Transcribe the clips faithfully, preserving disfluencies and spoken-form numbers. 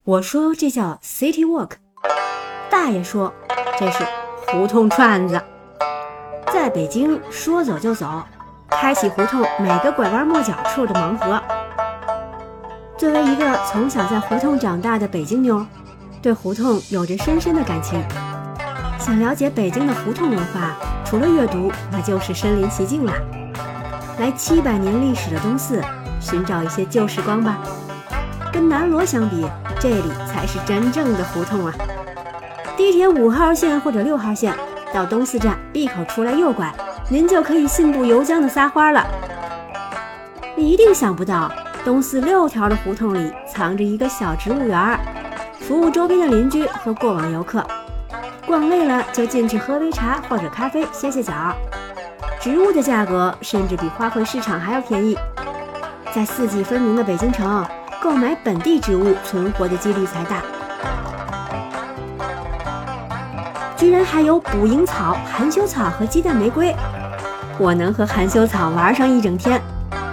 我说这叫 City Walk， 大爷说这是胡同串子。在北京说走就走，开启胡同每个拐弯抹角处的盲盒。作为一个从小在胡同长大的北京妞，对胡同有着深深的感情。想了解北京的胡同文化，除了阅读，那就是身临其境了。来七百年历史的东四，寻找一些旧时光吧。跟南锣相比，这里才是真正的胡同啊！地铁五号线或者六号线到东四站 B 口出来右拐，您就可以信步游江的撒欢了。你一定想不到，东四六条的胡同里藏着一个小植物园，服务周边的邻居和过往游客。逛累了就进去喝杯茶或者咖啡歇歇脚。植物的价格甚至比花卉市场还要便宜。在四季分明的北京城，购买本地植物存活的几率才大。居然还有捕蝇草、含羞草和鸡蛋玫瑰，我能和含羞草玩上一整天。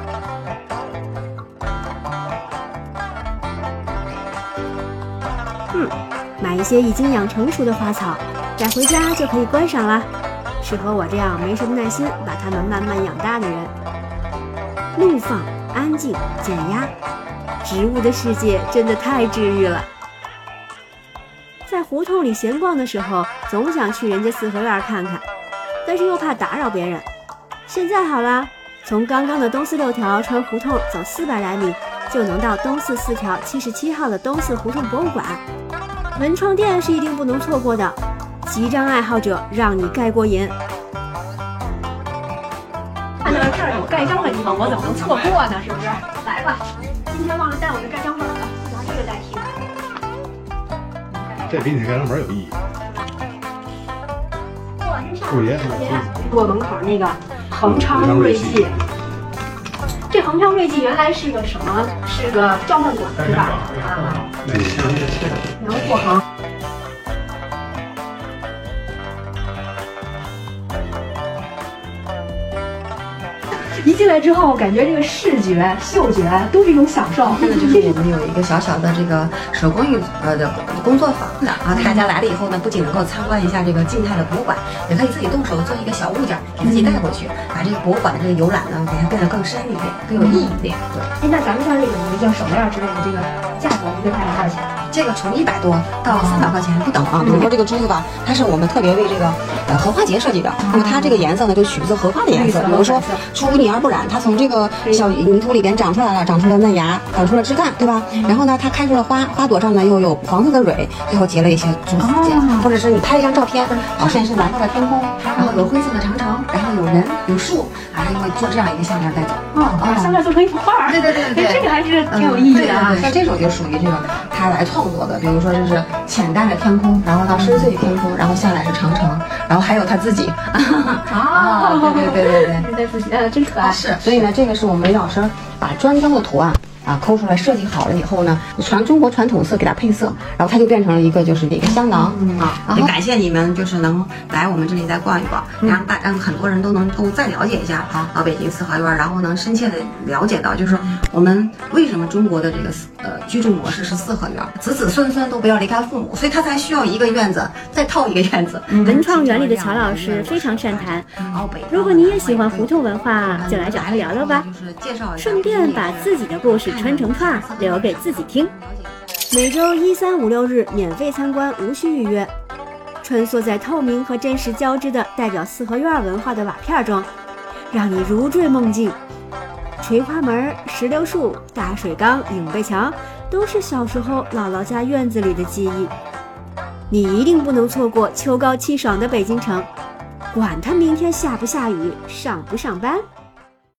嗯，买一些已经养成熟的花草，带回家就可以观赏啦。适合我这样没什么耐心把它们慢慢养大的人。怒放、安静、减压，植物的世界真的太治愈了。在胡同里闲逛的时候，总想去人家四合院看看，但是又怕打扰别人。现在好啦，从刚刚的东四六条穿胡同走四百来米，就能到东四四条七十七号的东四胡同博物馆。文创店是一定不能错过的，集章爱好者让你盖过瘾。 看到这儿有盖章的地方，我怎么能错过呢？是不是？来吧，今天忘了带我的盖章本了，拿这个代替吧。 这比你盖章本有意义。 哇，真上过爷过门口那个恒昌瑞记，这恒昌瑞记原来是个什么？是个照相馆是吧？啊，杨过恒。一进来之后，感觉这个视觉、嗅觉都是一种享受。 现在就是我们有一个小小的这个手工艺呃的工作坊，然后大家来了以后呢，不仅能够参观一下这个静态的博物馆，也可以自己动手做一个小物件，给自己带回去，把这个博物馆的这个游览呢，给它变得更深一点，更有意义一点。对。 哎，那咱们像这种像手链之类的，这个价格一个大概多少钱？ 这个从一百多到三百块钱不等啊。比如说这个珠子吧，它是我们特别为这个呃荷花节设计的，那么它这个颜色呢，就取自荷花的颜色，比如说出泥而不染，它从这个小泥土里边长出来了，长出了嫩芽，长出了枝干，对吧？然后呢，它开出了花，花朵上呢又有黄色的蕊，最后结了一些珠子结。或者是你拍一张照片，啊，甚至是蓝色的天空，然后有灰色的长城，然后有人有树，啊，因为做这样一个项链带走。 哦，把项链做成一幅画。对对对对，这个还是挺有意义的啊。 像这种就属于这个他来创作的，比如说这是浅淡的天空，然后到深邃天空，然后下来是长城，然后还有他自己。啊，对对对对对， 对自己，呃，真可爱。 是，所以呢，这个是我们韦老师把专章的图案啊抠出来设计好了以后呢，传中国传统色给它配色，然后它就变成了一个就是一个香囊、嗯、啊。也感谢你们就是能来我们这里再逛一逛，嗯、让大让很多人都能够再了解一下啊老北京四合院，然后能深切的了解到就是我们为什么中国的这个呃居住模式是四合院，子子孙孙都不要离开父母，所以他才需要一个院子再套一个院子。 嗯、文创园里的乔老师非常善谈，如果你也喜欢胡同文化，就来找他聊聊吧，顺便把自己的故事穿成串留给自己听。每周一三五六日免费参观，无需预约。穿梭在透明和真实交织的代表四合院文化的瓦片中，让你如坠梦境。垂花门、石榴树、大水缸、影背墙，都是小时候姥姥家院子里的记忆。你一定不能错过秋高气爽的北京城，管它明天下不下雨，上不上班。